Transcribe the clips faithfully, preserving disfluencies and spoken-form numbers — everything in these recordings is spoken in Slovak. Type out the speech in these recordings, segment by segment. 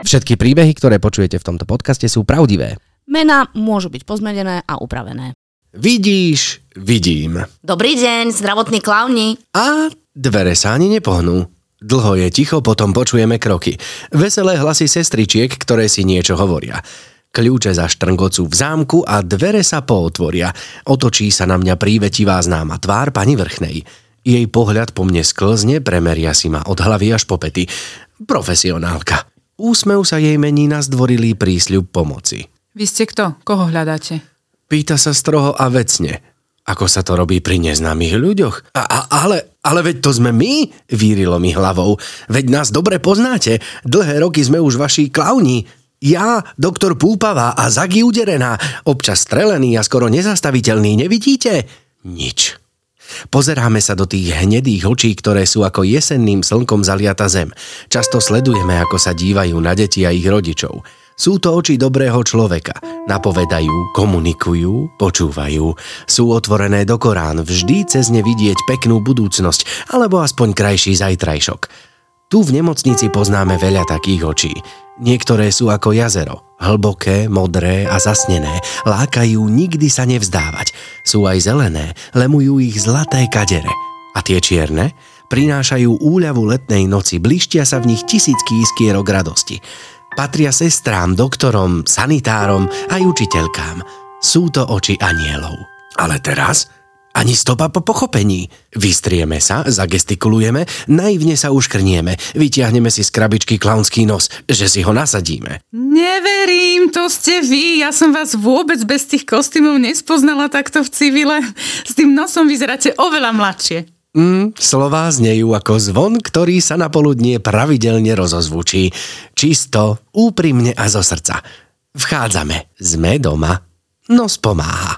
Všetky príbehy, ktoré počujete v tomto podcaste, sú pravdivé. Mená môžu byť pozmenené a upravené. Vidíš, vidím. Dobrý deň, zdravotní klauni. A dvere sa ani nepohnú. Dlho je ticho, potom počujeme kroky. Veselé hlasy sestričiek, ktoré si niečo hovoria. Kľúče zaštrngocú v zámku a dvere sa pootvoria. Otočí sa na mňa prívetivá známa tvár pani Vrchnej. Jej pohľad po mne sklzne, premeria si ma od hlavy až po pety. Profesionálka. Úsmev sa jej mení na zdvorilý prísľub pomoci. Vy ste kto? Koho hľadáte? Pýta sa stroho a vecne. Ako sa to robí pri neznámych ľuďoch? A, a, ale, ale veď to sme my? Vírilo mi hlavou. Veď nás dobre poznáte. Dlhé roky sme už vaši klauni. Ja, doktor Púpava a Zagi Uderená, občas strelený a skoro nezastaviteľný, nevidíte? Nič. Pozeráme sa do tých hnedých očí, ktoré sú ako jesenným slnkom zaliata zem. Často sledujeme, ako sa dívajú na deti a ich rodičov. Sú to oči dobrého človeka. Napovedajú, komunikujú, počúvajú. Sú otvorené do Korán, vždy cez ne vidieť peknú budúcnosť, alebo aspoň krajší zajtrajšok. Tu v nemocnici poznáme veľa takých očí. Niektoré sú ako jazero, hlboké, modré a zasnené, lákajú nikdy sa nevzdávať. Sú aj zelené, lemujú ich zlaté kadere. A tie čierne prinášajú úľavu letnej noci, blištia sa v nich tisícky iskierok radosti. Patria sestrám, doktorom, sanitárom aj učiteľkám. Sú to oči anielov. Ale teraz ani stopa po pochopení. Vystrieme sa, zagestikulujeme, naivne sa uškrnieme, vytiahneme si z krabičky klaunský nos, že si ho nasadíme. Neverím, to ste vy. Ja som vás vôbec bez tých kostýmov nespoznala takto v civile. S tým nosom vyzeráte oveľa mladšie. Mm, slová znejú ako zvon, ktorý sa na poludnie pravidelne rozozvučí. Čisto, úprimne a zo srdca. Vchádzame, sme doma. Nos pomáha.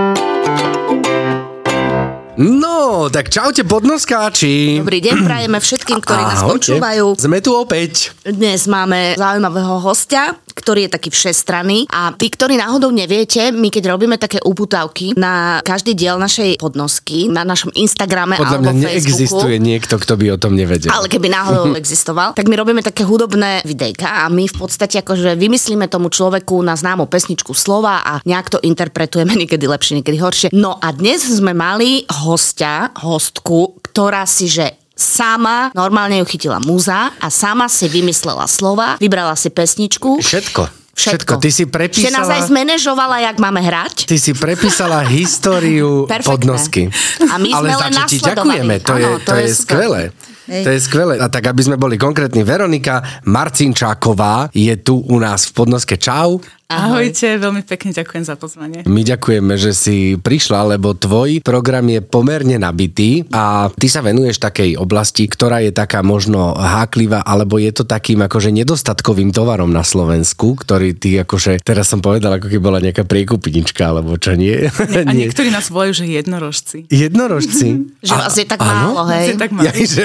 No, tak čaute podnoskáči. Dobrý deň, prajeme všetkým, ktorí nás Ahojte. počúvajú. Sme tu opäť. Dnes máme zaujímavého hostia, ktorý je taký všestranný. A tí, ktorí náhodou neviete, my keď robíme také uputavky na každý diel našej podnosky, na našom Instagrame Podľa alebo mňa Facebooku. neexistuje niekto, kto by o tom nevedel. Ale keby náhodou existoval, tak my robíme také hudobné videjka a my v podstate akože vymyslíme tomu človeku na známu pesničku slova a nejak to interpretujeme, niekedy lepšie, niekedy horšie. No a dnes sme mali hostia, hostku, ktorá si že sama normálne ju chytila muza a sama si vymyslela slova, vybrala si pesničku. Všetko. Všetko. Všetko. Ty si prepísala... Ešte nás aj zmanéžovala, jak máme hrať. Ty si prepísala históriu Perfektné. podnosky. A my Ale sme za len čo ti nasledovali. ďakujeme, to, Áno, je, to, je skvelé. Hej. To je skvelé. A tak, aby sme boli konkrétni, Veronika Marcinčáková je tu u nás v podnoske. Čau. Ahojte, veľmi pekne ďakujem za pozvanie. My ďakujeme, že si prišla, lebo tvoj program je pomerne nabitý a ty sa venuješ takej oblasti, ktorá je taká možno háklivá, alebo je to takým akože nedostatkovým tovarom na Slovensku, ktorý ty akože, teraz som povedal, ako keby bola nejaká priekupnička, alebo čo nie? A niektorí nás volajú, že jednorožci. Jednorožci? Že vás je tak málo, hej. Vás je tak málo. Jajže,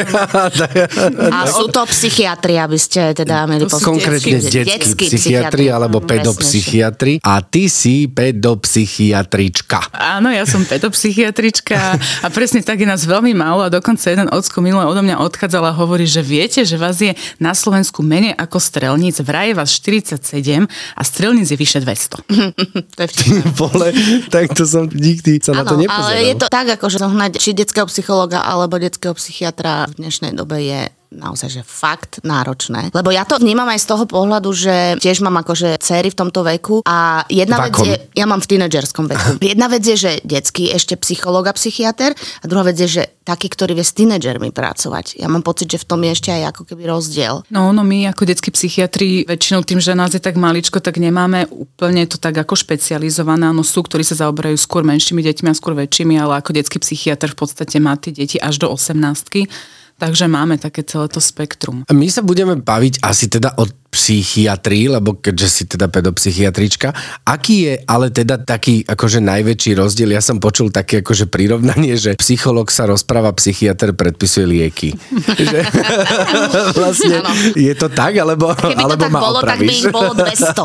A sú to psychiatri, aby ste teda mali To sú pocit. konkrétne Detskí- detskí detskí psychiatri alebo Presne. pedopsychiatri a ty si pedopsychiatrička. Áno, ja som pedopsychiatrička a presne tak je nás veľmi málo a dokonca jeden ocko minule odo mňa odchádzal a hovorí, že viete, že vás je na Slovensku menej ako strelníc, vraj je vás štyridsaťsedem a strelníc je vyše dvesto. To je vtipné. Vole, tak to som nikdy sa na to Áno, nepozeral. ale je to tak, ako že zohnať či detského psychologa alebo detského psychiatra v dnešnej dobe je naozaj, že fakt náročné. Lebo ja to vnímam aj z toho pohľadu, že tiež mám akože dcery v tomto veku a jedna V vec akom? je, ja mám v tínedžerskom veku. Jedna vec je, že detský ešte psychológ a psychiater a druhá vec je, že taký, ktorý vie s tínedžermi pracovať. Ja mám pocit, že v tom je ešte aj ako keby rozdiel. No, no my ako detskí psychiatri väčšinou tým, že nás je tak maličko, tak nemáme úplne to tak ako špecializované. Áno, sú, ktorí sa zaoberajú skôr menšími deťmi a skôr väčšími, ale ako detský psychiatr v podstate má tie deti až do osemnástky. Takže máme také celé to spektrum. My sa budeme baviť asi teda o psychiatrii, lebo keďže si teda pedopsychiatrička. Aký je ale teda taký akože najväčší rozdiel? Ja som počul také akože prirovnanie, že psychológ sa rozpráva, psychiatr predpisuje lieky. Že, vlastne ano. Je to tak, alebo, Keby to alebo tak ma bolo, opravíš? tak by ich bolo dvesto.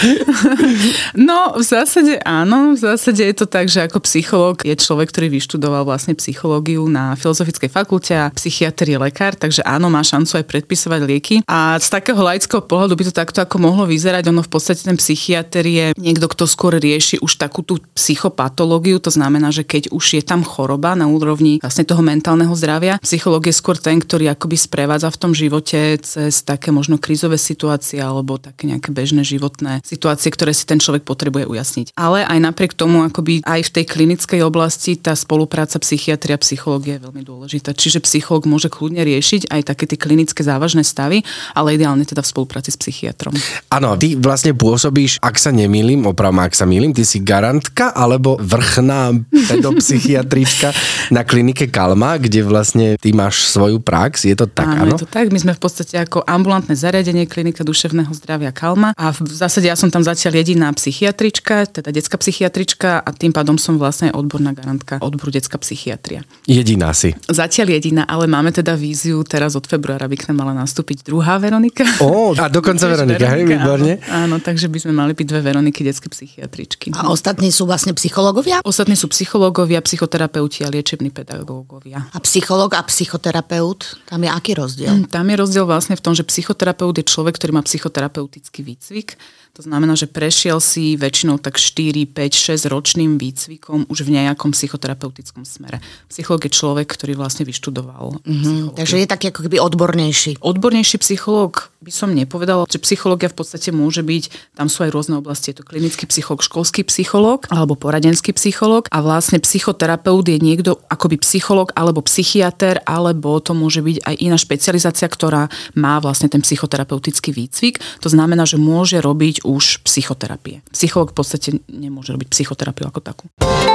No, v zásade áno. V zásade je to tak, že ako psychológ je človek, ktorý vyštudoval vlastne psychológiu na Filozofickej fakulte a psychiatr je lekár, takže áno, má šancu aj predpisovať lieky. A z takého laického pohľadu by to takto ako mohlo vyzerať. Ono v podstate ten psychiatr je niekto, kto skôr rieši už takú tú psychopatológiu, to znamená, že keď už je tam choroba na úrovni vlastne toho mentálneho zdravia, psychológ je skôr ten, ktorý akoby sprevádza v tom živote cez také možno krízové situácie alebo také nejaké bežné životné situácie, ktoré si ten človek potrebuje ujasniť. Ale aj napriek tomu akoby aj v tej klinickej oblasti tá spolupráca psychiatria a psychológie je veľmi dôležitá. Čiže psychológ môže kľudne riešiť aj také tie klinické závažné stavy, ale ideálne teda v spolupráci s psychiatrom. Áno, ty vlastne pôsobíš, ak sa nemýlim, oprav ma, ak sa mýlim, ty si garantka alebo vrchná pedopsychiatrička na klinike Kalma, kde vlastne ty máš svoju prax, je to tak, áno? Áno, je to tak. My sme v podstate ako ambulantné zariadenie klinika duševného zdravia Kalma a v zásade ja som tam zatiaľ jediná psychiatrička, teda detská psychiatrička a tým pádom som vlastne odborná garantka odboru detská psychiatria. Jediná si. Zatiaľ jediná, ale máme teda víziu teraz od februára by k nám mala nastúpiť druhá Veronika. Ó, a dokonca Veronika, hej, výborne. Áno, áno, takže by sme mali byť dve Veroniky detské psychiatričky. A ostatní sú vlastne psychológovia? Ostatní sú psychológovia, psychoterapeuti a liečební pedagógovia. A psychológ a psychoterapeut, tam je aký rozdiel? Tam je rozdiel vlastne v tom, že psychoterapeut je človek, ktorý má psychoterapeutický výcvik. To znamená, že prešiel si väčšinou tak štyri, päť, šesť ročným výcvikom už v nejakom psychoterapeutickom smere. Psychológ je človek, ktorý vlastne vyštudoval. Mm-hmm, takže je taký ako keby odbornejší. Odbornejší psychológ by som nepovedala, že psychológia v podstate môže byť, tam sú aj rôzne oblasti, je to klinický psychológ, školský psychológ alebo poradenský psychológ a vlastne psychoterapeut je niekto akoby psychológ alebo psychiater, alebo to môže byť aj iná špecializácia, ktorá má vlastne ten psychoterapeutický výcvik. To znamená, že môže robiť už psychoterapie. Psychológ v podstate nemôže robiť psychoterapiu ako takú.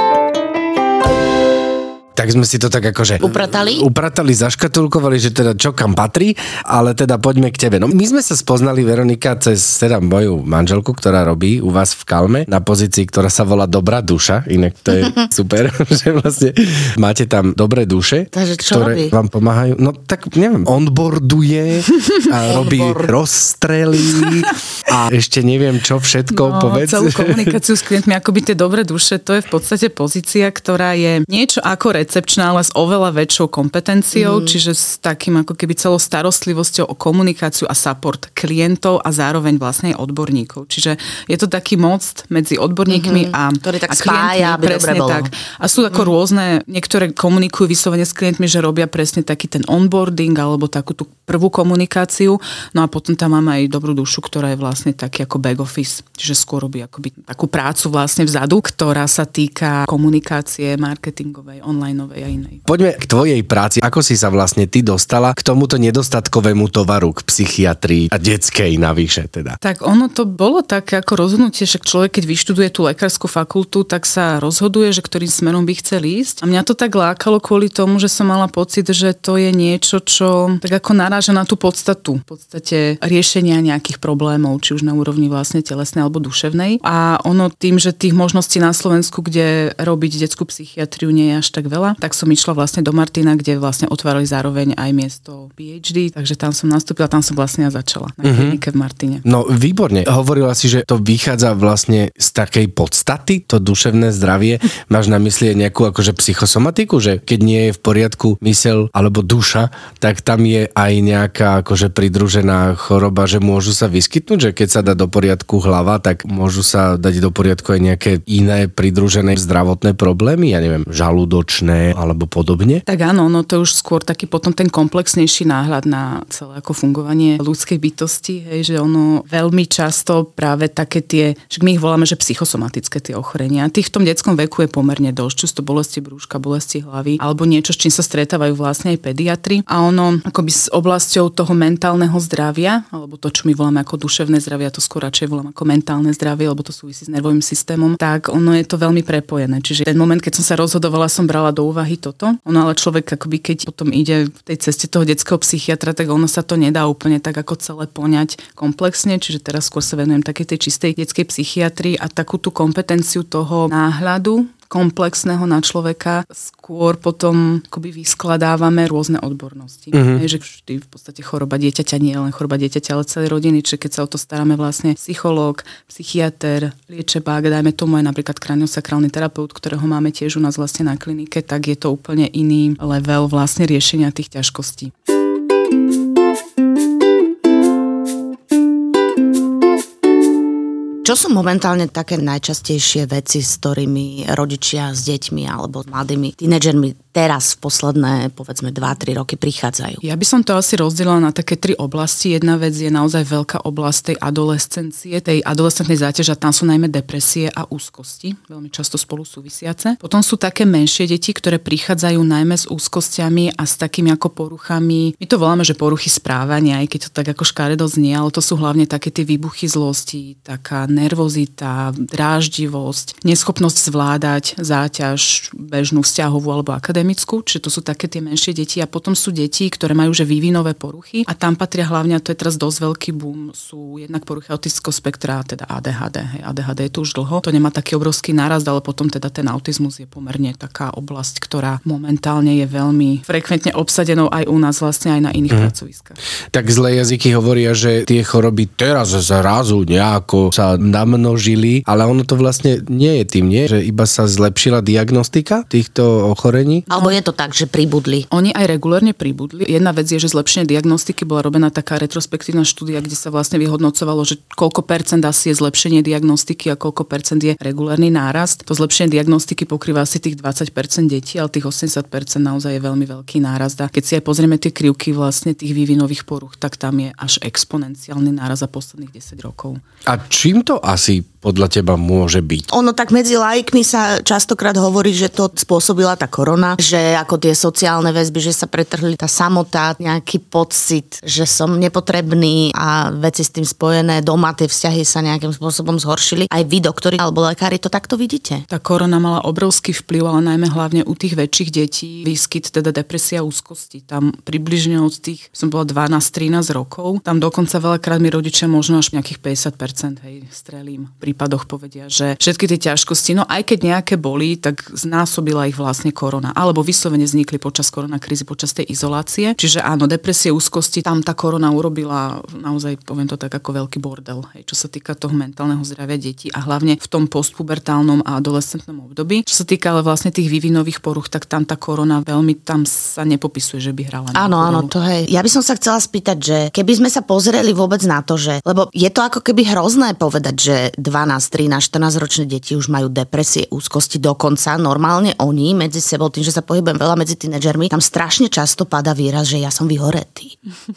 Tak sme si to tak akože upratali, upratali zaškatulkovali, že teda čo kam patrí, ale teda poďme k tebe. No my sme sa spoznali, Veronika, cez teda moju manželku, ktorá robí u vás v Kalme na pozícii, ktorá sa volá Dobrá duša, inak to je super, že vlastne máte tam dobré duše, takže čo ktoré robí? Vám pomáhajú. No tak neviem, onboarduje a robí rozstrely a ešte neviem čo všetko, no, povedz. Celú komunikáciu s klientmi, akoby tie dobré duše, to je v podstate pozícia, ktorá je niečo ako recepčná, ale s oveľa väčšou kompetenciou, mm. čiže s takým ako keby celou starostlivosťou o komunikáciu a support klientov a zároveň vlastne aj odborníkov. Čiže je to taký most medzi odborníkmi mm-hmm. a, ktorý tak a spája, aby presne dobre bolo. Tak. A sú ako mm. rôzne, niektoré komunikujú vyslovene s klientmi, že robia presne taký ten onboarding alebo takú tú prvú komunikáciu. No a potom tam máme aj dobrú dušu, ktorá je vlastne taký ako back office, čiže skôr robí akoby takú prácu vlastne vzadu, ktorá sa týka komunikácie marketingovej, online a inej. Poďme k tvojej práci. Ako si sa vlastne ty dostala k tomuto nedostatkovému tovaru, k psychiatrii a detskej navyše teda? Tak ono to bolo také ako rozhodnutie, že človek, keď vyštuduje tú lekárskú fakultu, tak sa rozhoduje, že ktorým smerom by chcel ísť. A mňa to tak lákalo kvôli tomu, že som mala pocit, že to je niečo, čo tak ako naráža na tú podstatu. V podstate riešenia nejakých problémov, či už na úrovni vlastne telesnej alebo duševnej. A ono tým, že tých možností na Slovensku, kde robiť detskú psychiatriu nie je až tak veľa, tak som išla vlastne do Martina, kde vlastne otvárali zároveň aj miesto pé há dé, takže tam som nastúpila, tam som vlastne ja začala na klinike v Martine. No výborne. Hovorila si, že to vychádza vlastne z takej podstaty, to duševné zdravie. Máš na mysli nejakú akože psychosomatiku, že keď nie je v poriadku myseľ alebo duša, tak tam je aj nejaká akože pridružená choroba, že môžu sa vyskytnúť, že keď sa dá do poriadku hlava, tak môžu sa dať do poriadku aj nejaké iné pridružené zdravotné problémy, ja neviem, žalúdočné alebo podobne? Tak áno, no to už skôr taký potom ten komplexnejší náhľad na celé ako fungovanie ľudskej bytosti, hej, že ono veľmi často práve také tie, že my ich voláme, že psychosomatické tie ochorenia. Tých v tom detskom veku je pomerne dosť, čo sú to bolesti brúška, bolesti hlavy, alebo niečo, s čím sa stretávajú vlastne aj pediatri. A ono akoby s oblasťou toho mentálneho zdravia, alebo to, čo my voláme ako duševné zdravie, a to skôr radšej volám ako mentálne zdravie, lebo to súvisí s nervovým systémom, tak ono je to veľmi prepojené. Čiže ten moment, keď som sa rozhodovala, som brala do úvahy toto. Ono ale človek akoby keď potom ide v tej ceste toho detského psychiatra, tak ono sa to nedá úplne tak ako celé poňať komplexne, čiže teraz skôr sa venujem takej tej čistej detskej psychiatrii a takú tú kompetenciu toho náhľadu komplexného na človeka skôr potom akoby vyskladávame rôzne odbornosti. Mm-hmm. Je, že vždy v podstate choroba dieťaťa nie je len choroba dieťaťa, ale celej rodiny, čiže keď sa o to staráme vlastne psychológ, psychiater, liečebák, dajme tomu aj napríklad kraniosakrálny terapeut, ktorého máme tiež u nás vlastne na klinike, tak je to úplne iný level vlastne riešenia tých ťažkostí. Čo sú momentálne také najčastejšie veci, s ktorými rodičia s deťmi alebo s mladými tínedžermi teraz v posledné, povedzme, dva tri roky prichádzajú? Ja by som to asi rozdelila na také tri oblasti. Jedna vec je naozaj veľká oblasť tej adolescencie, tej adolescentnej záťaže, a tam sú najmä depresie a úzkosti, veľmi často spolu súvisiace. Potom sú také menšie deti, ktoré prichádzajú najmä s úzkostiami a s takými ako poruchami. My to voláme, že poruchy správania, aj keď to tak ako škaredo znie, ale to sú hlavne také tie výbuchy zlosti, taká nervozita, dráždivosť, neschopnosť zvládať záťaž bežnú vzťahovú alebo akademickú. Čiže to sú také tie menšie deti a potom sú deti, ktoré majú že vývinové poruchy a tam patria hlavne, a to je teraz dosť veľký boom, sú jednak poruchy autistického spektra, teda á dé há dé. Hej, á dé há dé je tu už dlho, to nemá taký obrovský nárast, ale potom teda ten autizmus je pomerne taká oblasť, ktorá momentálne je veľmi frekventne obsadenou aj u nás, vlastne aj na iných hmm. pracoviskách. Tak zlé jazyky hovoria, že tie choroby teraz zrazu nejako sa namnožili, ale ono to vlastne nie je tým, nie? Že iba sa zlepšila diagnostika týchto ochorení? Alebo je to tak, že pribudli? Oni aj regulárne pribudli. Jedna vec je, že zlepšenie diagnostiky, bola robená taká retrospektívna štúdia, kde sa vlastne vyhodnocovalo, že koľko percent asi je zlepšenie diagnostiky a koľko percent je regulárny nárast. To zlepšenie diagnostiky pokrýva asi tých dvadsať percent detí, ale tých osemdesiat percent naozaj je veľmi veľký nárast. A keď si aj pozrieme tie krivky vlastne tých vývinových poruch, tak tam je až exponenciálny nárast za posledných desať rokov. A čím to asi podľa teba môže byť? Ono tak medzi laikmi sa častokrát hovorí, že to spôsobila tá korona, že ako tie sociálne väzby, že sa pretrhli tá samota, nejaký pocit, že som nepotrebný a veci s tým spojené, doma tie vzťahy sa nejakým spôsobom zhoršili. Aj vy, doktori alebo lekári, to takto vidíte? Tá korona mala obrovský vplyv, ale najmä hlavne u tých väčších detí, výskyt teda depresia a úzkosti. Tam približne od tých, som bola dvanásť trinásť rokov, tam dokonca veľakrát mi rodičia možno až nejakých päťdesiat percent, hej, strelím prípadoch povedia, že všetky tie ťažkosti, no aj keď nejaké boli, tak znásobila ich vlastne korona, alebo vyslovene vznikli počas koronakrízy, počas tej izolácie. Čiže áno, depresie, úzkosti, tam tá korona urobila naozaj, poviem to tak, ako veľký bordel, hej, čo sa týka toho mentálneho zdravia detí a hlavne v tom postpubertálnom a adolescentnom období. Čo sa týka ale vlastne tých vývinových poruch, tak tam tá korona veľmi tam sa nepopisuje, že by hrala. Áno, áno, to hej. Ja by som sa chcela spýtať, že keby sme sa pozreli vôbec na to, že, lebo je to ako keby hrozné povedať, že dvanásť, trinásť, štrnásť ročné deti už majú depresie, úzkosti, dokonca normálne oni medzi sebou, tým, že sa pohybujem veľa medzi tínedžermi, tam strašne často padá výraz, že ja som vyhoretý.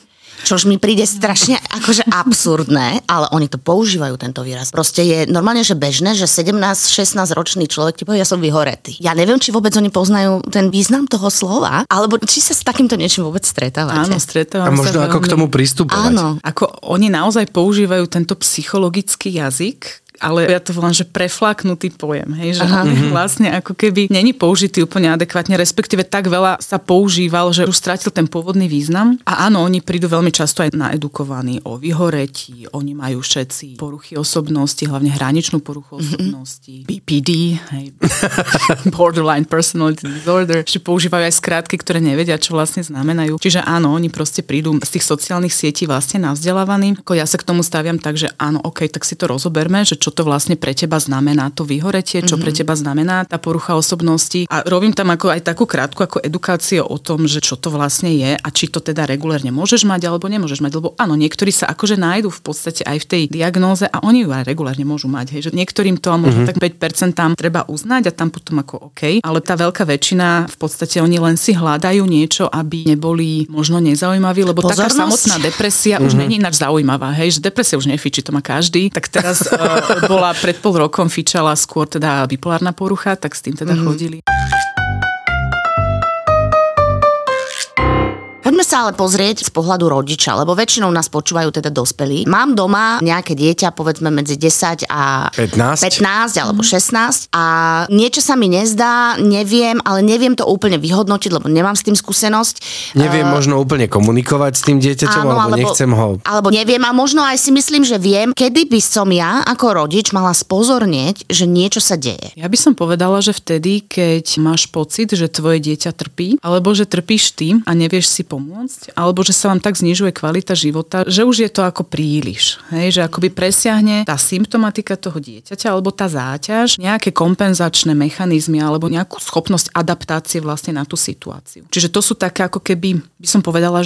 Čož mi príde strašne akože absurdné, ale oni to používajú, tento výraz. Proste je normálne, že bežné, že sedemnásť šestnásť ročný človek ti povie, ja som vyhoretý. Ja neviem, či vôbec oni poznajú ten význam toho slova, alebo či sa s takýmto niečím vôbec stretávate. Áno, stretávam sa. A možno sa ako veľmi... k tomu pristupovať. Áno. Ako oni naozaj používajú tento psychologický jazyk, ale ja to volám, že prefláknutý pojem, hej, že mm-hmm. vlastne ako keby není použitý úplne adekvátne, respektíve tak veľa sa používal, že už stratil ten pôvodný význam. A áno, oni prídu veľmi často aj naedukovaní o vyhoretí, oni majú všetci poruchy osobnosti, hlavne hraničnú poruchu osobnosti, mm-hmm. bé pé dé, hej, borderline personality disorder, že používajú aj skrátky, ktoré nevedia, čo vlastne znamenajú. Čiže áno, oni proste prídu z tých sociálnych sietí vlastne navzdelávaní. Ako ja sa k tomu staviam tak, že áno, okej, tak si to rozoberme, že čo čo to vlastne pre teba znamená to vyhoretie, čo mm-hmm. pre teba znamená tá porucha osobnosti. A robím tam ako aj takú krátku ako edukáciu o tom, že čo to vlastne je a či to teda regulérne môžeš mať alebo nemôžeš mať. Lebo áno, niektorí sa akože nájdu v podstate aj v tej diagnóze a oni ju aj regulérne môžu mať. Hej, že niektorým to možno mm-hmm. tak päť percent tam treba uznať a tam potom ako OK. Ale tá veľká väčšina v podstate oni len si hľadajú niečo, aby neboli možno nezaujímaví, lebo Pozornosť. Taká samotná depresia mm-hmm. už není ináč zaujímavá. Hej, že depresia už nefičí, to má každý. Tak teraz uh, bola pred pol rokom fičala skôr teda bipolárna porucha, tak s tým teda mm-hmm. chodili. Poďme sa ale pozrieť z pohľadu rodiča, lebo väčšinou nás počúvajú teda dospelí. Mám doma nejaké dieťa, povedzme medzi desať a pätnásť, pätnásť alebo šestnásť a niečo sa mi nezdá, neviem, ale neviem to úplne vyhodnotiť, lebo nemám s tým skúsenosť. Neviem uh, možno úplne komunikovať s tým dieťaťom, áno, alebo, alebo nechcem ho... Alebo neviem a možno aj si myslím, že viem, kedy by som ja ako rodič mala spozornieť, že niečo sa deje. Ja by som povedala, že vtedy, keď máš pocit, že tvoje dieťa trpí, alebo že trpíš ty a nevieš si pomôcť, alebo že sa vám tak znižuje kvalita života, že už je to ako príliš. Hej, že akoby presiahne tá symptomatika toho dieťaťa, alebo tá záťaž, nejaké kompenzačné mechanizmy, alebo nejakú schopnosť adaptácie vlastne na tú situáciu. Čiže to sú také ako keby, by som povedala, že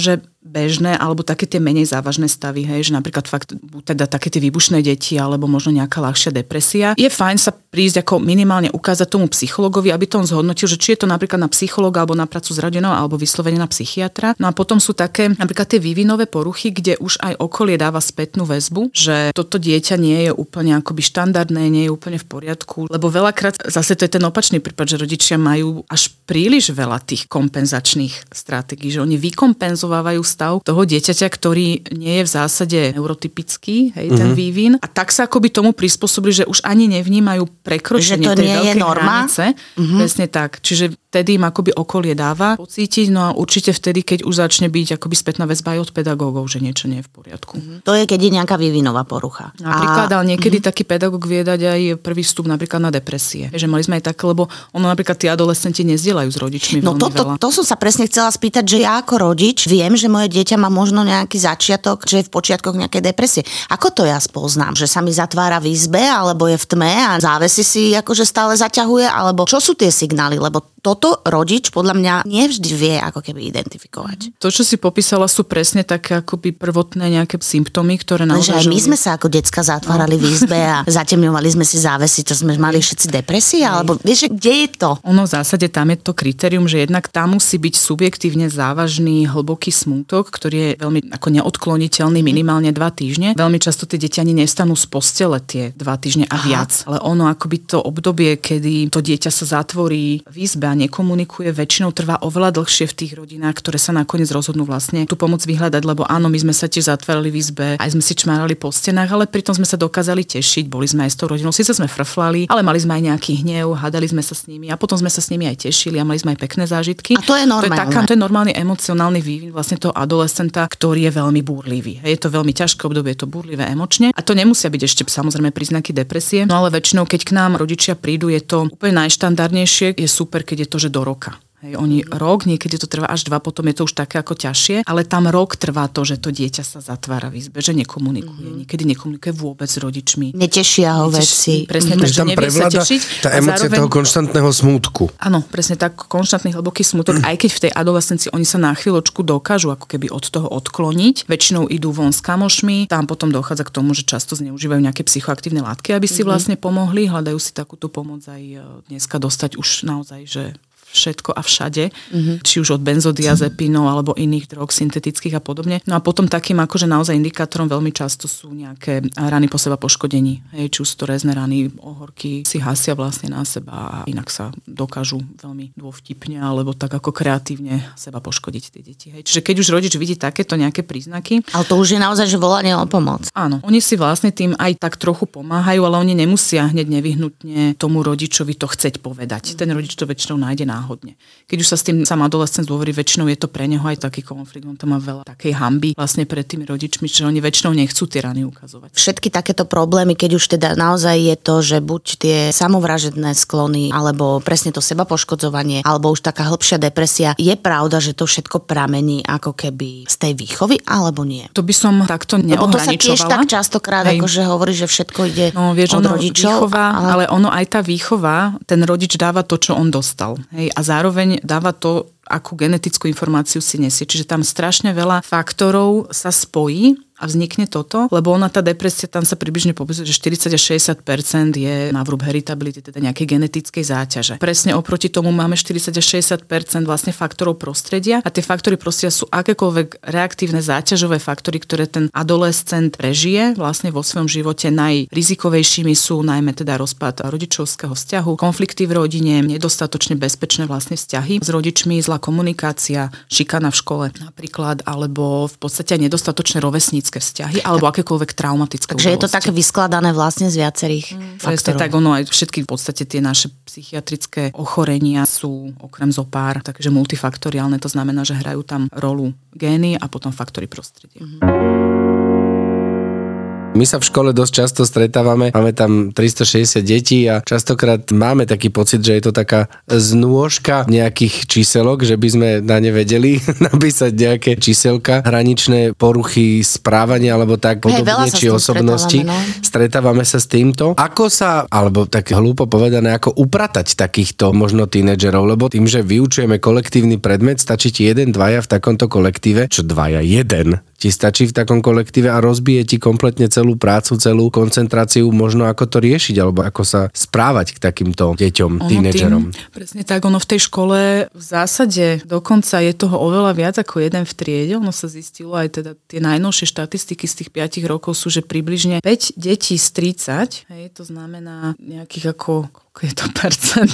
bežné, alebo také tie menej závažné stavy, hej, že napríklad fakt teda také tie výbušné deti, alebo možno nejaká ľahšia depresia. Je fajn sa prísť ako minimálne ukázať tomu psychologovi, aby to on zhodnotil, že či je to napríklad na psychologa, alebo na prácu s rodinou, alebo vyslovene na psychiatra. No a potom sú také napríklad tie vývinové poruchy, kde už aj okolie dáva spätnú väzbu, že toto dieťa nie je úplne akoby štandardné, nie je úplne v poriadku, lebo veľakrát zase to je ten opačný prípad, že rodičia majú až príliš veľa tých kompenzačných stratégií, že oni vykompenzovávajú stav toho dieťaťa, ktorý nie je v zásade neurotypický, hej, mm-hmm. ten vývin. A tak sa akoby tomu prispôsobili, že už ani nevnímajú prekročenie tej veľkej hranice. Mm-hmm. Presne tak. Čiže vtedy im akoby okolie dáva pocítiť, no a určite vtedy, keď už začne byť akoby spätná väzba aj od pedagógov, že niečo nie je v poriadku. Mm-hmm. To je, keď je nejaká vývinová porucha. Napríklad, a... ale niekedy mm-hmm. taký pedagóg vie dať aj prvý vstup napríklad na depresie. Že mali sme aj také, lebo ono napríklad tí adolescenti nezdieľajú s rodičmi no veľmi to, to, veľa. To som sa presne chcela spýtať, že ja ako rodič viem, že moje dieťa má možno nejaký začiatok, že je v počiatkoch nejakej depresie. Ako to ja spoznám? Že sa mi zatvára v izbe, alebo je v tme a závesy si akože stále zaťahuje, alebo čo sú tie signály? Lebo toto rodič podľa mňa nevždy vie ako keby identifikovať. To, čo si popísala, sú presne také akoby prvotné nejaké symptómy, ktoré naozaj... Lenže aj my sme sa ako decka zatvárali no. v izbe a zatemňovali sme si závesy, to sme mali všetci depresie, alebo vieš, kde je to? Ono v zásade tam je to kritérium, že jednak tam musí byť subjektívne závažný, hlboký smútok, ktorý je veľmi ako neodkloniteľný minimálne dva týždne. Veľmi často tie deti ani nestanú z postele tie dva týždne a Aha. viac. Ale ono akoby to obdobie, kedy to dieťa sa zatvorí v izbe a nekomunikuje, väčšinou trvá oveľa dlhšie v tých rodinách, ktoré sa nakoniec rozhodnú vlastne tú pomoc vyhľadať, lebo áno, my sme sa tiež zatvárali v izbe, aj sme si čmárali po stenách, ale pritom sme sa dokázali tešiť, boli sme aj s tou rodinou, síce sme frflali, ale mali sme aj nejaký hnev, hádali sme sa s nimi a potom sme sa s nimi aj tešili a mali sme aj pekné zážitky. A to je normálne. To je, taká, to je normálny emocionálny vývin vlastne toho adolescenta, ktorý je veľmi búrlivý. Je to veľmi ťažké obdobie, je to búrlivé emočne a to nemusia byť ešte samozrejme príznaky depresie, no ale väčšinou keď k nám rodičia prídu, je to úplne najštandardnejšie, je super, keď je to, že do roka. Hej, oni rok, niekedy to trvá až dva, potom je to už také ako ťažšie, ale tam rok trvá to, že to dieťa sa zatvára v izbe, že nekomunikuje, mm-hmm. niekedy nekomunikuje vôbec s rodičmi. Netešia ho veci. Presne mm-hmm. tak, že nevie sa tešiť. Tá emócia zároveň toho konštantného smútku. Áno, presne tak, konštantný hlboký smútok, aj keď v tej adolescencii oni sa na chvíľočku dokážu ako keby od toho odkloniť. Väčšinou idú von s kamošmi, tam potom dochádza k tomu, že často zneužívajú nejaké psychoaktívne látky, aby si mm-hmm. vlastne pomohli, hľadajú si takúto pomoc aj dneska dostať už naozaj, že všetko a všade, mm-hmm. či už od benzodiazepínov alebo iných drog syntetických a podobne. No a potom takým akože naozaj indikátorom veľmi často sú nejaké rany po seba poškodení. Hej, či už to rézne rany, ohorky si hasia vlastne na seba a inak sa dokážu veľmi dôvtipne alebo tak ako kreatívne seba poškodiť tie deti. Hej. Čiže keď už rodič vidí takéto nejaké príznaky. Ale to už je naozaj, že volanie o pomoc. Áno, oni si vlastne tým aj tak trochu pomáhajú, ale oni nemusia hneď nevyhnutne tomu rodičovi to chceť povedať. Ten rodič to väčšinou nájde náhodne. Keď už sa s tým sám adolescent dôverí, väčšinou je to pre neho aj taký konflikt, on tam má veľa takej hanby vlastne pred tými rodičmi, že oni väčšinou nechcú tie rany ukazovať. Všetky takéto problémy, keď už teda naozaj je to, že buď tie samovražedné sklony, alebo presne to sebapoškodzovanie, alebo už taká hĺbšia depresia, je pravda, že to všetko pramení ako keby z tej výchovy, alebo nie? To by som takto neohraničovala. Lebo to sa tiež tak častokrát akože hovorí, že všetko ide no, vieš, od ono, rodičov. Výchova, ale... ale ono aj tá výchova, ten rodič dáva to, čo on dostal. Hej, a zároveň dáva to, akú genetickú informáciu si nesie. Čiže tam strašne veľa faktorov sa spojí a vznikne toto, lebo ona tá depresia, tam sa približne popisuje, že štyridsať až šesťdesiat percent je návrub heritability, teda nejakej genetickej záťaže. Presne oproti tomu máme štyridsať až šesťdesiat percent vlastne faktorov prostredia a tie faktory prostredia sú akékoľvek reaktívne záťažové faktory, ktoré ten adolescent prežije vlastne vo svojom živote. Najrizikovejšími sú najmä teda rozpad rodičovského vzťahu, konflikty v rodine, nedostatočne bezpečné vlastne vzťahy s rodičmi, zlá komunikácia, šikana v škole napríklad, alebo v podstate nedostatočné rovesnícke vzťahy, alebo akékoľvek traumatické Takže udalosti. Je to také vyskladané vlastne z viacerých mm, faktorov. Tak ono aj všetky v podstate tie naše psychiatrické ochorenia sú okrem zopár, takže multifaktoriálne, to znamená, že hrajú tam rolu gény a potom faktory prostredia. Mm-hmm. My sa v škole dosť často stretávame, máme tam tristošesťdesiat detí a častokrát máme taký pocit, že je to taká znôžka nejakých číselok, že by sme na ne vedeli napísať nejaké číselka, hraničné poruchy správania alebo tak podobne, či osobnosti. Stretávame, no. stretávame sa s týmto. Ako sa, alebo tak hlúpo povedané, ako upratať takýchto možno tínedžerov, lebo tým, že vyučujeme kolektívny predmet, stačí ti jeden, dvaja v takomto kolektíve, čo dvaja, jeden ti stačí v takom kolektíve a rozbije ti kompletne celú prácu, celú koncentráciu, možno ako to riešiť, alebo ako sa správať k takýmto deťom, tínedžerom. Presne tak, ono v tej škole v zásade dokonca je toho oveľa viac ako jeden v triede. Ono sa zistilo aj teda tie najnovšie štatistiky z tých piatich rokov sú, že približne päť detí z tridsať, hej, to znamená nejakých ako je to percent?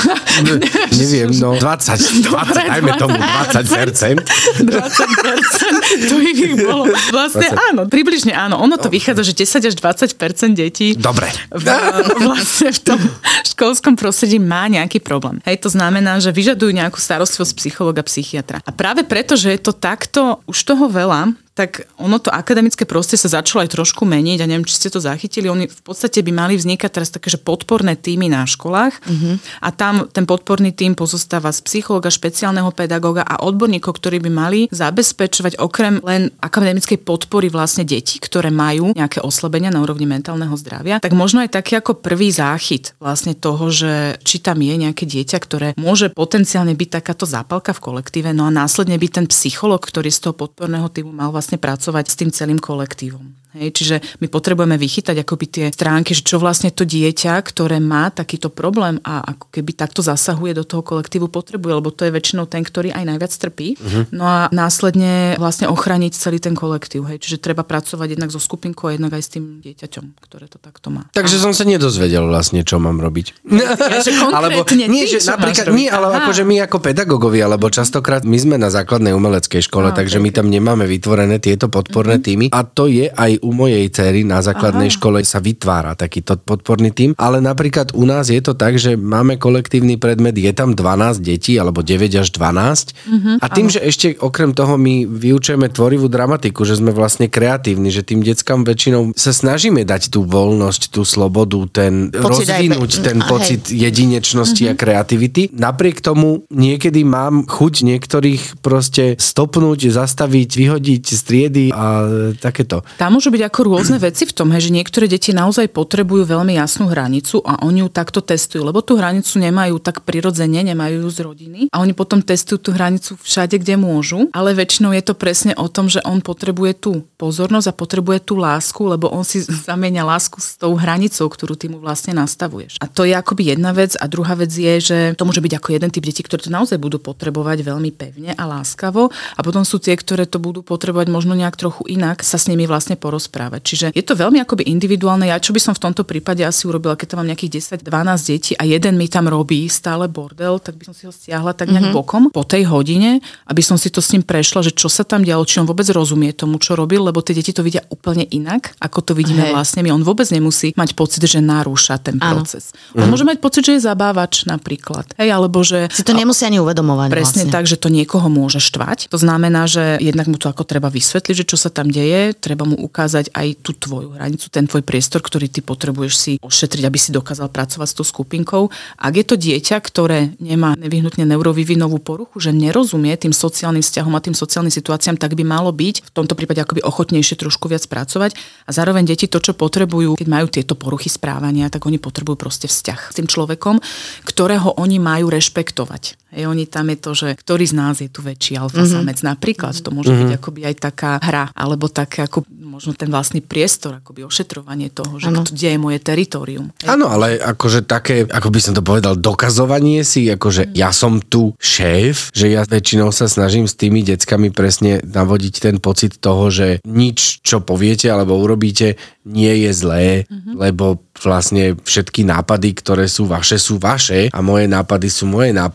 Ne, neviem, no dvadsať, dvadsať, dajme tomu dvadsať percent. dvadsať percent, to ich bolo. Vlastne dvadsať áno, približne áno. Ono to vychádza, že desať až dvadsať percent detí Dobre. V, vlastne v tom školskom prostredí má nejaký problém. Hej, to znamená, že vyžadujú nejakú starostlivosť psychologa, psychiatra. A práve preto, že je to takto, už toho veľa, tak ono to akademické prostredie sa začalo aj trošku meniť a neviem, či ste to zachytili. Oni v podstate by mali vznikať teraz také, že podporné týmy na školách mm-hmm. a tam ten podporný tím pozostáva z psychologa, špeciálneho pedagóga a odborníkov, ktorí by mali zabezpečovať okrem len akademickej podpory vlastne detí, ktoré majú nejaké oslabenia na úrovni mentálneho zdravia, tak možno aj taký ako prvý záchyt vlastne toho, že či tam je nejaké dieťa, ktoré môže potenciálne byť takáto zápalka v kolektíve, no a následne by ten psycholog, ktorý z toho podporného týmu mal vlastne pracovať s tým celým kolektívom. Hej, čiže my potrebujeme vychytať akoby tie stránky, že čo vlastne to dieťa, ktoré má takýto problém a ako keby takto zasahuje do toho kolektívu, potrebuje, lebo to je väčšinou ten, ktorý aj najviac trpí. Uh-huh. No a následne vlastne ochrániť celý ten kolektív. Hej, čiže treba pracovať jednak so skupinkou a jednak aj s tým dieťaťom, ktoré to takto má. Takže som sa nedozvedel vlastne, čo mám robiť. Ja, že alebo nie, že napríklad nie, ale akože my ako pedagógovia, lebo častokrát my sme na základnej umeleckej škole, Aha, takže okay. my tam nemáme vytvorené tieto podporné uh-huh. týmy a to je aj u mojej dcery na základnej Aha. škole sa vytvára takýto podporný tím, ale napríklad u nás je to tak, že máme kolektívny predmet, je tam dvanásť detí, alebo deväť až dvanásť mm-hmm, a tým, áno. že ešte okrem toho my vyučujeme tvorivú dramatiku, že sme vlastne kreatívni, že tým deckám väčšinou sa snažíme dať tú voľnosť, tú slobodu, ten pocit rozvinúť aj, ten a pocit hej. jedinečnosti mm-hmm. a kreativity. Napriek tomu niekedy mám chuť niektorých proste stopnúť, zastaviť, vyhodiť z triedy a takéto. Tam môžu byť ako rôzne veci v tom, hej, že niektoré deti naozaj potrebujú veľmi jasnú hranicu a oni ju takto testujú, lebo tú hranicu nemajú tak prirodzene, nemajú ju z rodiny a oni potom testujú tú hranicu všade, kde môžu, ale väčšinou je to presne o tom, že on potrebuje tú pozornosť a potrebuje tú lásku, lebo on si zamieňa lásku s tou hranicou, ktorú ty mu vlastne nastavuješ. A to je akoby jedna vec a druhá vec je, že to môže byť ako jeden typ detí, ktoré to naozaj budú potrebovať veľmi pevne a láskavo a potom sú tie, ktoré to budú potrebovať možno nejak trochu inak sa s nimi vlastne porozprávať. Čiže je to veľmi akoby individuálne. Ja čo by som v tomto prípade asi urobila, keď tam mám nejakých desať dvanásť detí a jeden mi tam robí stále bordel, tak by som si ho stiahla tak nejak mm-hmm. bokom po tej hodine, aby som si to s ním prešla, že čo sa tam dialo, či on vôbec rozumie tomu, čo robil, lebo tie deti to vidia úplne inak, ako to vidíme Hej. vlastne my. On vôbec nemusí mať pocit, že narúša ten proces. Áno. On mm-hmm. môže mať pocit, že je zabávač napríklad. Hej, alebo že si to nemusí ani uvedomovať. Presne vlastne. tak, že to niekoho môže štvať. To znamená, že jednak mu to ako treba vysvetliť, že čo sa tam deje, treba mu ukázať aj tú tvoju hranicu, ten tvoj priestor, ktorý ty potrebuješ si ošetriť, aby si dokázal pracovať s tou skupinkou. Ak je to dieťa, ktoré nemá nevyhnutne neurovývinovú poruchu, že nerozumie tým sociálnym vzťahom a tým sociálnym situáciám, tak by malo byť v tomto prípade akoby ochotnejšie trošku viac pracovať. A zároveň deti to, čo potrebujú, keď majú tieto poruchy správania, tak oni potrebujú proste vzťah s tým človekom, ktorého oni majú rešpektovať. Hej, oni tam je to, že ktorý z nás je tu väčší alfa mm-hmm. samec napríklad. To môže mm-hmm. byť akoby aj taká hra, alebo také ako možno ten vlastný priestor, akoby ošetrovanie toho, že kde je moje teritorium. Áno, ale akože také, ako by som to povedal, dokazovanie si, akože mm. ja som tu šéf, že ja väčšinou sa snažím s tými deckami presne navodiť ten pocit toho, že nič, čo poviete alebo urobíte, nie je zlé, mm-hmm. lebo vlastne všetky nápady, ktoré sú vaše, sú vaše a moje nápady sú moje nápady a keď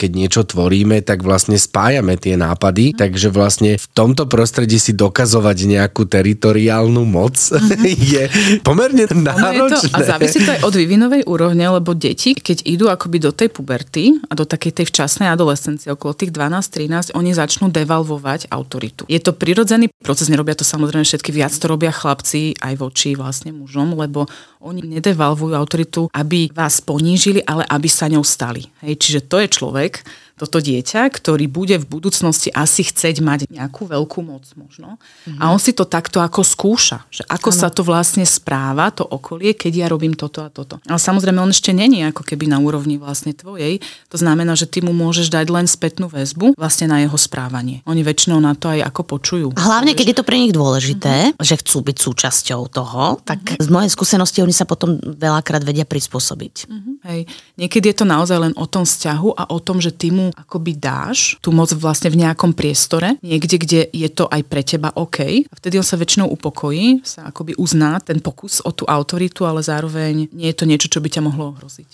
keď niečo tvoríme, tak vlastne spájame tie nápady, mm-hmm. takže vlastne v tomto prostredí si dokazovať nejakú teritoriálnu moc mm-hmm. je pomerne náročné. To, a závisí to aj od vývinovej úrovne, lebo deti, keď idú akoby do tej puberty a do takej tej včasnej adolescencie, okolo tých dvanásť trinásť, oni začnú devalvovať autoritu. Je to prirodzený proces, nerobia to samozrejme všetky, viac to robia chlapci aj voči vlastne mužom, lebo oni nedevalvujú autoritu, aby vás ponížili, ale aby sa ňou stali. Hej, čiže to je človek, toto dieťa, ktorý bude v budúcnosti asi chceť mať nejakú veľkú moc možno. Mm-hmm. A on si to takto ako skúša, že ako ano. Sa to vlastne správa, to okolie, keď ja robím toto a toto. Ale samozrejme, on ešte není ako keby na úrovni vlastne tvojej. To znamená, že ty mu môžeš dať len spätnú väzbu vlastne na jeho správanie. Oni väčšinou na to aj ako počujú. A hlavne, keď je to pre nich dôležité, mm-hmm. že chcú byť súčasťou toho, tak mm-hmm. z mojej skúsenosti oni sa potom veľakrát vedia prispôsobiť. Mm-hmm. Hej. Niekedy je to naozaj len o tom vzťahu a o tom, že ty mu akoby dáš tú moc vlastne v nejakom priestore, niekde, kde je to aj pre teba OK. A vtedy on sa väčšinou upokojí, sa akoby uzná ten pokus o tú autoritu, ale zároveň nie je to niečo, čo by ťa mohlo ohroziť.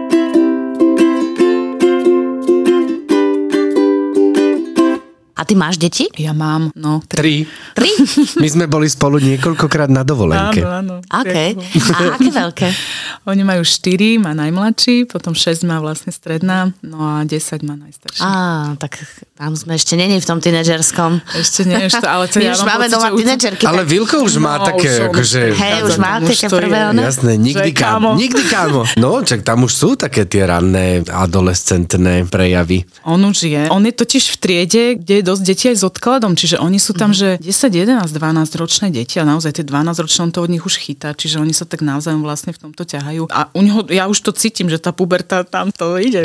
A ty máš deti? Ja mám, no. Tri. Tri? My sme boli spolu niekoľkokrát na dovolenke. Áno, áno. Okay. A aké veľké? Oni majú štyri, má najmladší, potom šesť má vlastne stredná, no a desať má najstarší. Á, tak tam sme ešte není v tom tínedžerskom. Ešte nie, ešte, ale to My ja už máme doma tínedžerky. Ale Vilko už má no, také, už akože... Hej, už má také prvé, ono. Jasné, nikdy kámo. Nikdy kámo. No, čak tam už sú také tie ranné adolescentné prejavy. On už je. On je totiž v triede, kde je dosť detí aj s odkladom, čiže oni sú tam, že desať, jedenásť, dvanásť ročné deti a naozaj tie dvanásť ročné on to od nich už chytá, čiže oni sa tak navzájom vlastne v tomto ťahajú. A u neho, ja už to cítim, že tá puberta tam to ide.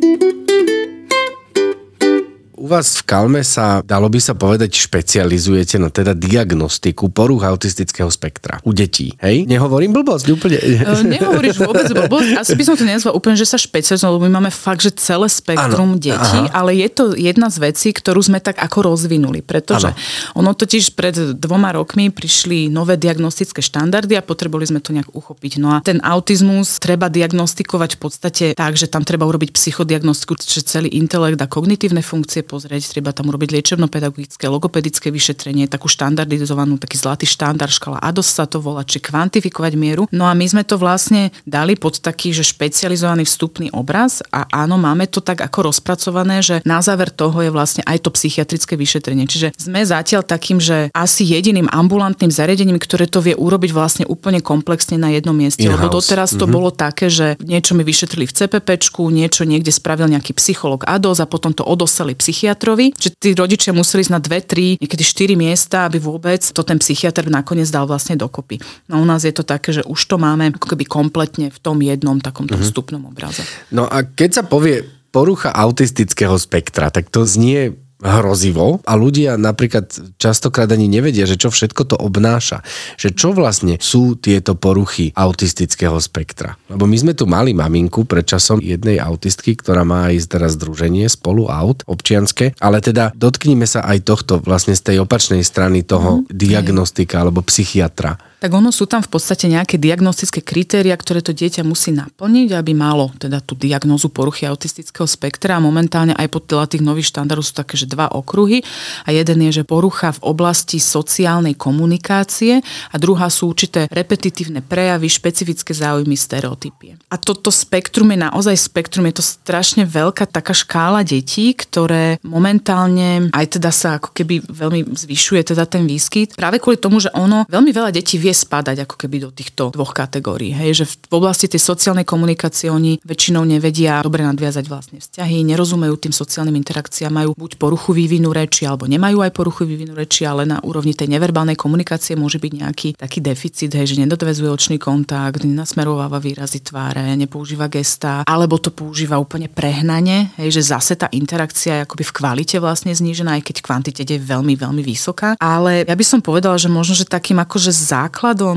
U vás v Kalme sa, dalo by sa povedať, špecializujete na teda diagnostiku porúch autistického spektra u detí. Hej? Nehovorím blbosť úplne. Uh, nehovoríš vôbec blbosť. Asi by som to nenazval úplne, že sa špecializujeme, lebo my máme fakt, že celé spektrum ano, detí, aha. ale je to jedna z vecí, ktorú sme tak ako rozvinuli, pretože ano. ono totiž pred dvoma rokmi prišli nové diagnostické štandardy a potrebovali sme to nejak uchopiť. No a ten autizmus treba diagnostikovať v podstate tak, že tam treba urobiť psychodiagnostiku, čiže celý intelekt a kognitívne funkcie pozrieť, treba tam urobiť liečebno-pedagogické, logopedické vyšetrenie, takú štandardizovanú, taký zlatý štandard, škala á dé o es sa to volá, či kvantifikovať mieru. No a my sme to vlastne dali pod taký, že špecializovaný vstupný obraz a áno, máme to tak ako rozpracované, že na záver toho je vlastne aj to psychiatrické vyšetrenie. Čiže sme zatiaľ takým, že asi jediným ambulantným zariadením, ktoré to vie urobiť vlastne úplne komplexne na jednom mieste. In-house. Lebo doteraz to mm-hmm. bolo také, že niečo mi vyšetrili v cé pé péčku, niečo niekde spravil nejaký psychológ á dé o es a potom to odoslali psychiatrovi, že tí rodičia museli ísť na dve, tri, niekedy štyri miesta, aby vôbec to ten psychiatr nakoniec dal vlastne dokopy. No u nás je to také, že už to máme ako keby kompletne v tom jednom takomto mm-hmm. vstupnom obraze. No a keď sa povie porucha autistického spektra, tak to znie hrozivo a ľudia napríklad častokrát ani nevedia, že čo všetko to obnáša. Že čo vlastne sú tieto poruchy autistického spektra. Lebo my sme tu mali maminku pred časom jednej autistky, ktorá má aj teraz združenie Spolu aut občianske, ale teda dotknime sa aj tohto vlastne z tej opačnej strany toho mm, diagnostika alebo psychiatra. Tak ono sú tam v podstate nejaké diagnostické kritéria, ktoré to dieťa musí naplniť, aby malo teda tú diagnózu poruchy autistického spektra a momentálne aj podľa tých nových štandardov sú také, že dva okruhy a jeden je, že porucha v oblasti sociálnej komunikácie a druhá sú určité repetitívne prejavy, špecifické záujmy, stereotypie. A toto spektrum je naozaj spektrum, je to strašne veľká taká škála detí, ktoré momentálne aj teda sa ako keby veľmi zvyšuje teda ten výskyt. Práve kvôli tomu, že ono veľmi veľa detí vie spadať ako keby do týchto dvoch kategórií. Hej, že v oblasti tej sociálnej komunikácie oni väčšinou nevedia dobre nadviazať vlastne vzťahy, nerozumejú tým sociálnym interakciám, majú buď poruchu vývinu reči, alebo nemajú aj poruchu vývinu reči, ale na úrovni tej neverbálnej komunikácie môže byť nejaký taký deficit, hej, že nedodvezuje očný kontakt, nenasmerováva výrazy tváre, nepoužíva gestá, alebo to používa úplne prehnane, hej, že zase tá interakcia je akoby v kvalite vlastne znížená, aj keď kvantite je veľmi, veľmi vysoká. Ale ja by som povedala, že možno, že takým akože základom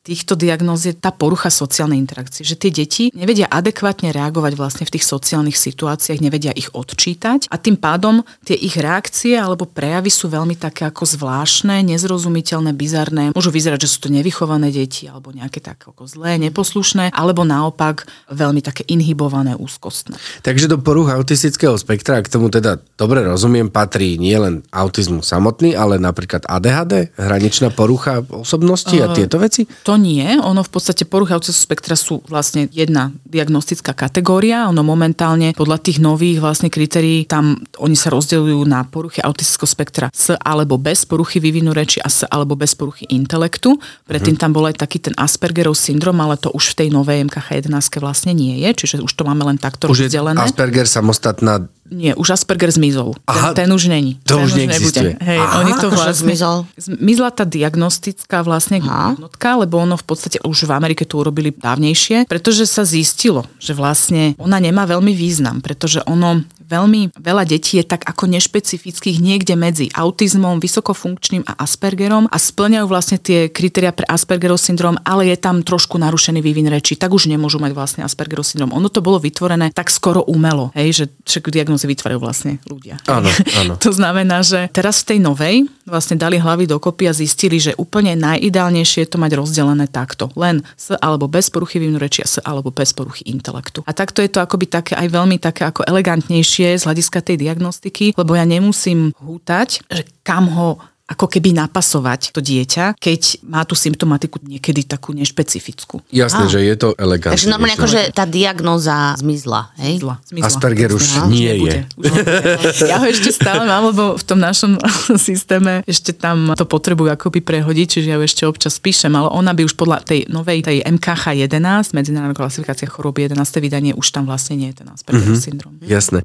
týchto diagnóz je tá porucha sociálnej interakcie, že tie deti nevedia adekvátne reagovať vlastne v tých sociálnych situáciách, nevedia ich odčítať a tým pádom tie ich reakcie alebo prejavy sú veľmi také ako zvláštne, nezrozumiteľné, bizarné. Môžu vyzerať, že sú to nevychované deti alebo nejaké tak ako zlé, neposlušné, alebo naopak veľmi také inhibované, úzkostné. Takže do porúch autistického spektra, k tomu teda dobre rozumiem, patrí nielen autizmus samotný, ale napríklad á dé há dé, hraničná porucha osobnosti a tieto veci? To nie. Ono v podstate poruchy autistického spektra sú vlastne jedna diagnostická kategória. Ono momentálne podľa tých nových vlastne kritérií tam oni sa rozdeľujú na poruchy autistického spektra s alebo bez poruchy vývinu reči a s alebo bez poruchy intelektu. Predtým tam bol aj taký ten Aspergerov syndrom, ale to už v tej novej em ká há jedenásť vlastne nie je, čiže už to máme len takto už rozdelené. Už je Asperger samostatná. Nie, už Asperger zmizol. Aha, ten, ten už není. To ten už neexistuje. Hej, Aha, oni to vlastne zmizol? Zmizla tá diagnostická vlastne jednotka, lebo ono v podstate už v Amerike to urobili dávnejšie, pretože sa zistilo, že vlastne ona nemá veľmi význam, pretože ono veľmi veľa detí je tak ako nešpecifických niekde medzi autizmom, vysokofunkčným a Aspergerom a splňajú vlastne tie kritériá pre Aspergerov syndrom, ale je tam trošku narušený vývin reči, tak už nemôžu mať vlastne Aspergerov syndrom. Ono to bolo vytvorené tak skoro umelo, hej, že všetky diagnózy vytvárajú vlastne ľudia. Áno, áno. To znamená, že teraz v tej novej vlastne dali hlavy dokopy a zistili, že úplne najideálnejšie je to mať rozdelené takto. Len s alebo bez poruchy vývinu reči a s alebo bez poruchy intelektu. A takto je to akoby také aj veľmi také ako elegantnejšie z hľadiska tej diagnostiky, lebo ja nemusím hútať, že kam ho ako keby napasovať to dieťa, keď má tú symptomatiku niekedy takú nešpecifickú. Jasné, ah. že je to elegantné. Takže normálne akože tá diagnóza zmizla, hej? Zmizla, zmizla. Asperger už no, nie už je. Už ja ho ešte stále mám, lebo v tom našom systéme ešte tam to potrebujú akoby prehodiť, čiže ja ho ešte občas píšem, ale ona by už podľa tej novej, tej em ká há jedenásť, medzinárodná klasifikácia chorôb jedenáste vydanie, už tam vlastne nie je ten Aspergerov mm-hmm. syndrom. Jasné.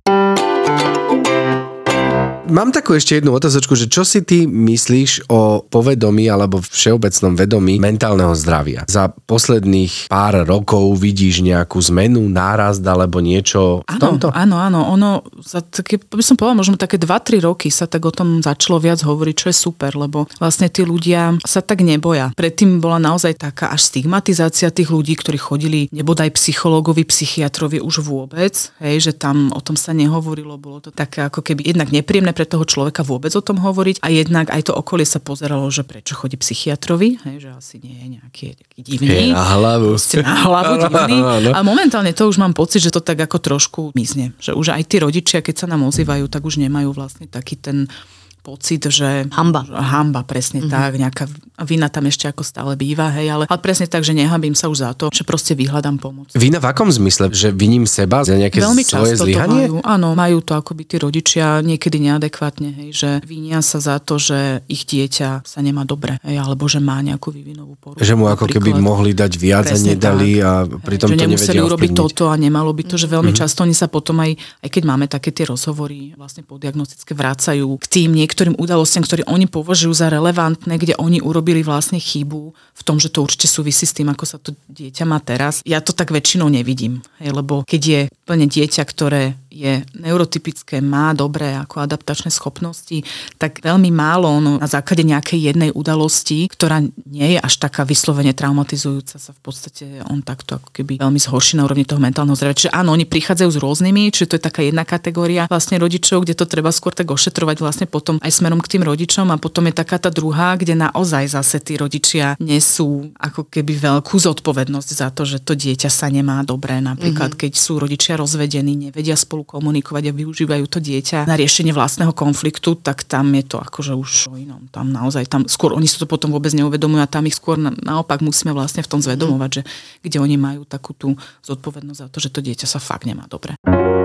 Mám takú ešte jednu otázočku, že čo si ty myslíš o povedomí alebo všeobecnom vedomí mentálneho zdravia? Za posledných pár rokov vidíš nejakú zmenu, nárast alebo niečo v tomto? Áno, áno, ono, za také, by som povedala, možno také dva tri roky sa tak o tom začalo viac hovoriť, čo je super, lebo vlastne tí ľudia sa tak neboja. Predtým bola naozaj taká až stigmatizácia tých ľudí, ktorí chodili nebodaj psychológovi, psychiatrovi už vôbec, hej, že tam o tom sa nehovorilo, bolo to také ako keby jednak nepríjemné pre toho človeka vôbec o tom hovoriť a jednak aj to okolie sa pozeralo, že prečo chodí psychiatrovi, hej, že asi nie je nejaký, nejaký divný. Je na hlavu. Na hlavu divný. A momentálne to už mám pocit, že to tak ako trošku mizne. Že už aj tí rodičia, keď sa nám ozývajú, tak už nemajú vlastne taký ten pocit, že... Hamba. Hamba, presne mm-hmm. tak. Nejaká vina tam ešte ako stále býva, hej, ale, ale presne tak, že nehambím sa už za to, že proste vyhľadám pomoc. Vina v akom zmysle? Že viním seba za nejaké veľmi svoje často zlyhanie? To majú, áno, majú to akoby tí rodičia niekedy neadekvátne, hej, že vinia sa za to, že ich dieťa sa nemá dobre, hej, alebo že má nejakú vývinovú poruchu. Že mu ako keby mohli dať viac a nedali a pritom to nevedia ovplyvniť. Že nemuseli urobiť toto a nemalo by to, že veľmi mm-hmm. často oni sa potom aj, aj keď máme také tie rozhovory vlastne podiagnostické, vrácajú k tým niektorým udalostiam, ktoré oni považujú za relevantné, kde oni urobili vlastne chybu v tom, že to určite súvisí s tým, ako sa to dieťa má teraz. Ja to tak väčšinou nevidím, hej, lebo keď je plne dieťa, ktoré je neurotypické, má dobré ako adaptačné schopnosti, tak veľmi málo ono na základe nejakej jednej udalosti, ktorá nie je až taká vyslovene traumatizujúca, sa v podstate on takto ako keby veľmi zhorší na úrovni toho mentálneho zdravia. Čiže áno, oni prichádzajú s rôznymi, čiže to je taká jedna kategória vlastne rodičov, kde to treba skôr tak ošetrovať vlastne potom aj smerom k tým rodičom a potom je taká tá druhá, kde naozaj zase tí rodičia nesú ako keby veľkú zodpovednosť za to, že to dieťa sa nemá dobre. Napríklad, mm-hmm. keď sú rodičia rozvedení, nevedia spolu komunikovať a využívajú to dieťa na riešenie vlastného konfliktu, tak tam je to akože už o inom. Tam naozaj, tam skôr oni si to potom vôbec neuvedomujú a tam ich skôr na, naopak musíme vlastne v tom zvedomovať, že kde oni majú takú tú zodpovednosť za to, že to dieťa sa fakt nemá dobre.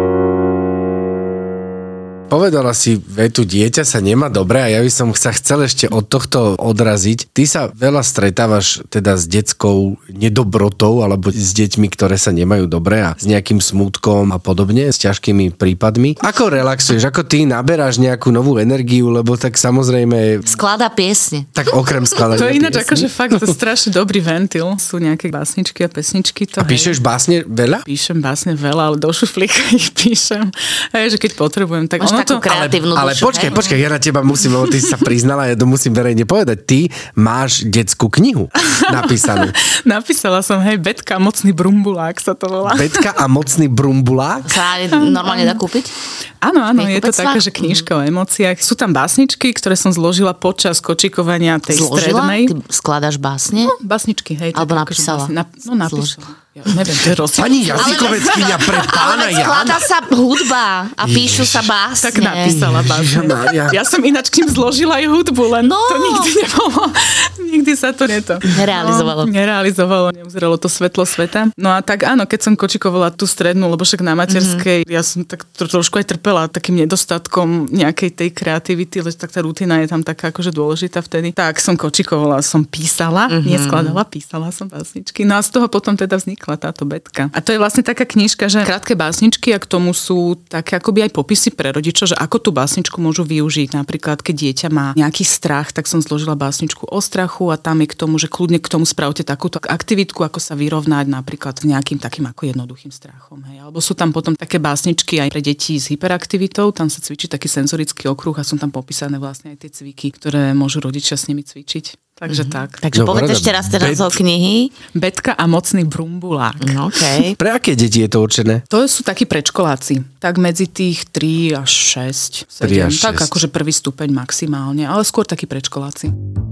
Povedala si vetu, dieťa sa nemá dobre a ja by som sa chcel ešte od tohto odraziť. Ty sa veľa stretávaš teda s detskou nedobrotou alebo s deťmi, ktoré sa nemajú dobre a s nejakým smútkom a podobne, s ťažkými prípadmi. Ako relaxuješ? Ako ty naberáš nejakú novú energiu? Lebo tak samozrejme... Skladá piesne. Tak okrem skladania To je ináč piesni. akože fakt to strašne dobrý ventil. Sú nejaké básničky a pesničky. To, a píšeš básne veľa? Píšem básne veľa, ale do šuflíka ich píšem. Hej, že keď potrebujem, tak ono ono takú to- kreatívnu Ale dušu. počkaj, hej? počkaj, ja na teba musím, lebo ty si sa priznala, ja to musím verejne povedať. Ty máš detskú knihu napísanú. Napísala som, hej, Betka, mocný brumbulák sa to volá. Betka a mocný brumbulák. Sa aj normálne dá kúpiť? Áno, áno, je to Knihkupectva? taká, že knižka o emóciách. Sú tam básničky, ktoré som zložila počas kočikovania tej Zložila? strednej. Ty skladáš básne? No, básničky, hej. Alebo tak akože napísala? básne- Nap- no, napísala. Ja neviem, to je rozdiel. Pani jazykovedkyňa pre pána Ale Jana. skladá sa hudba a píšu sa básne. Tak napísala básne. Ježišmária. Ja som ináč kým zložila aj hudbu, len No. to nikdy nebolo. Nikdy sa to neto. Nerealizovalo. No, nerealizovalo, neuzrelo to svetlo sveta. No a tak áno, keď som kočikovala tú strednú, lebo však na materskej, mm-hmm. ja som tak tro, trošku aj trpela takým nedostatkom nejakej tej kreativity, lebo tak tá rutina je tam taká akože dôležitá vtedy. Tak som kočikovala, som písala, mm-hmm. neskladala, písala som básničky. No a z toho potom teda vznikla táto Betka. A to je vlastne taká knižka, že krátke básničky a k tomu sú také akoby aj popisy pre rodičov, že ako tú básničku môžu využiť. Napríklad, keď dieťa má nejaký strach, tak som zložila básničku o strachu a tam je k tomu, že kľudne k tomu spravte takúto aktivitku, ako sa vyrovnať napríklad s nejakým takým ako jednoduchým strachom. Hej. Alebo sú tam potom také básničky aj pre deti s hyperaktivitou, tam sa cvičí taký senzorický okruh a sú tam popísané vlastne aj tie cviky, ktoré môžu rodičia s nimi cvičiť. Takže mm-hmm. tak. Takže No, povedz porada. ešte raz ten Bet- názov knihy. Betka a mocný brumbulák. No, okej. Pre aké deti je to určené? To sú takí predškoláci. Tak medzi tých tri až šesť, tri sedem. až Tak šesť. akože prvý stupeň maximálne, ale skôr takí predškoláci.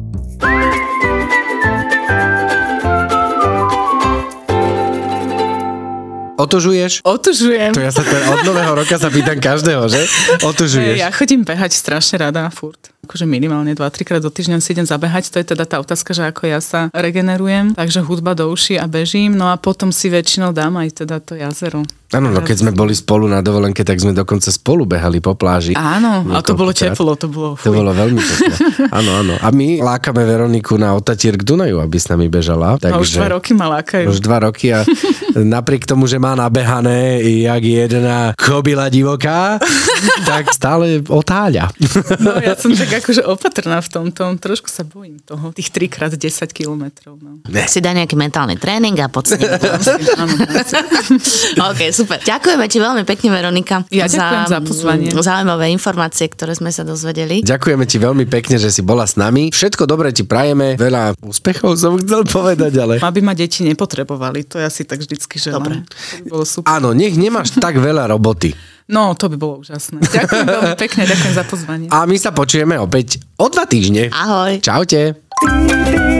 Otužuješ? Otužujem. To ja sa teda od nového roka sa pýtam každého, že? Otužuješ. Ja chodím behať strašne rada furt. Akože minimálne dva tri krát do týždňa si idem zabehať. To je teda tá otázka, že ako ja sa regenerujem. Takže hudba do uší a bežím. No a potom si väčšinou dám aj teda to jazero. Áno, no keď sme boli spolu na dovolenke, tak sme dokonca spolu behali po pláži. Áno, a to bolo Niekoľkokrát. teplo, to bolo To fuj. bolo veľmi teplé. Áno, áno. A my lákame Veroniku na Otatier k Dunaju, aby s nami bežala. A už Takže dva roky ma lákajú. Už dva roky a napriek tomu, že má nabehané jak jedna kobila divoká, tak stále otáľa. No ja som tak akože opatrná v tomto. Trošku sa bojím toho. Tých tri krát desať kilometrov. No. Ne. Si dá nejaký mentálny tréning a poď s ním. Áno, OK, super. Ďakujeme ti veľmi pekne, Veronika. Ja ďakujem za pozvanie. mm, Zaujímavé informácie, ktoré sme sa dozvedeli. Ďakujeme ti veľmi pekne, že si bola s nami. Všetko dobre ti prajeme. Veľa úspechov som chcel povedať, ale... aby ma deti nepotrebovali. To ja si tak vždycky želám. Dobre. To by bolo super. Áno, nech nemáš tak veľa roboty. No, to by bolo úžasné. Ďakujem veľmi pekne, ďakujem za pozvanie. A my sa počujeme opäť o dva týždne. Ahoj. Čaute.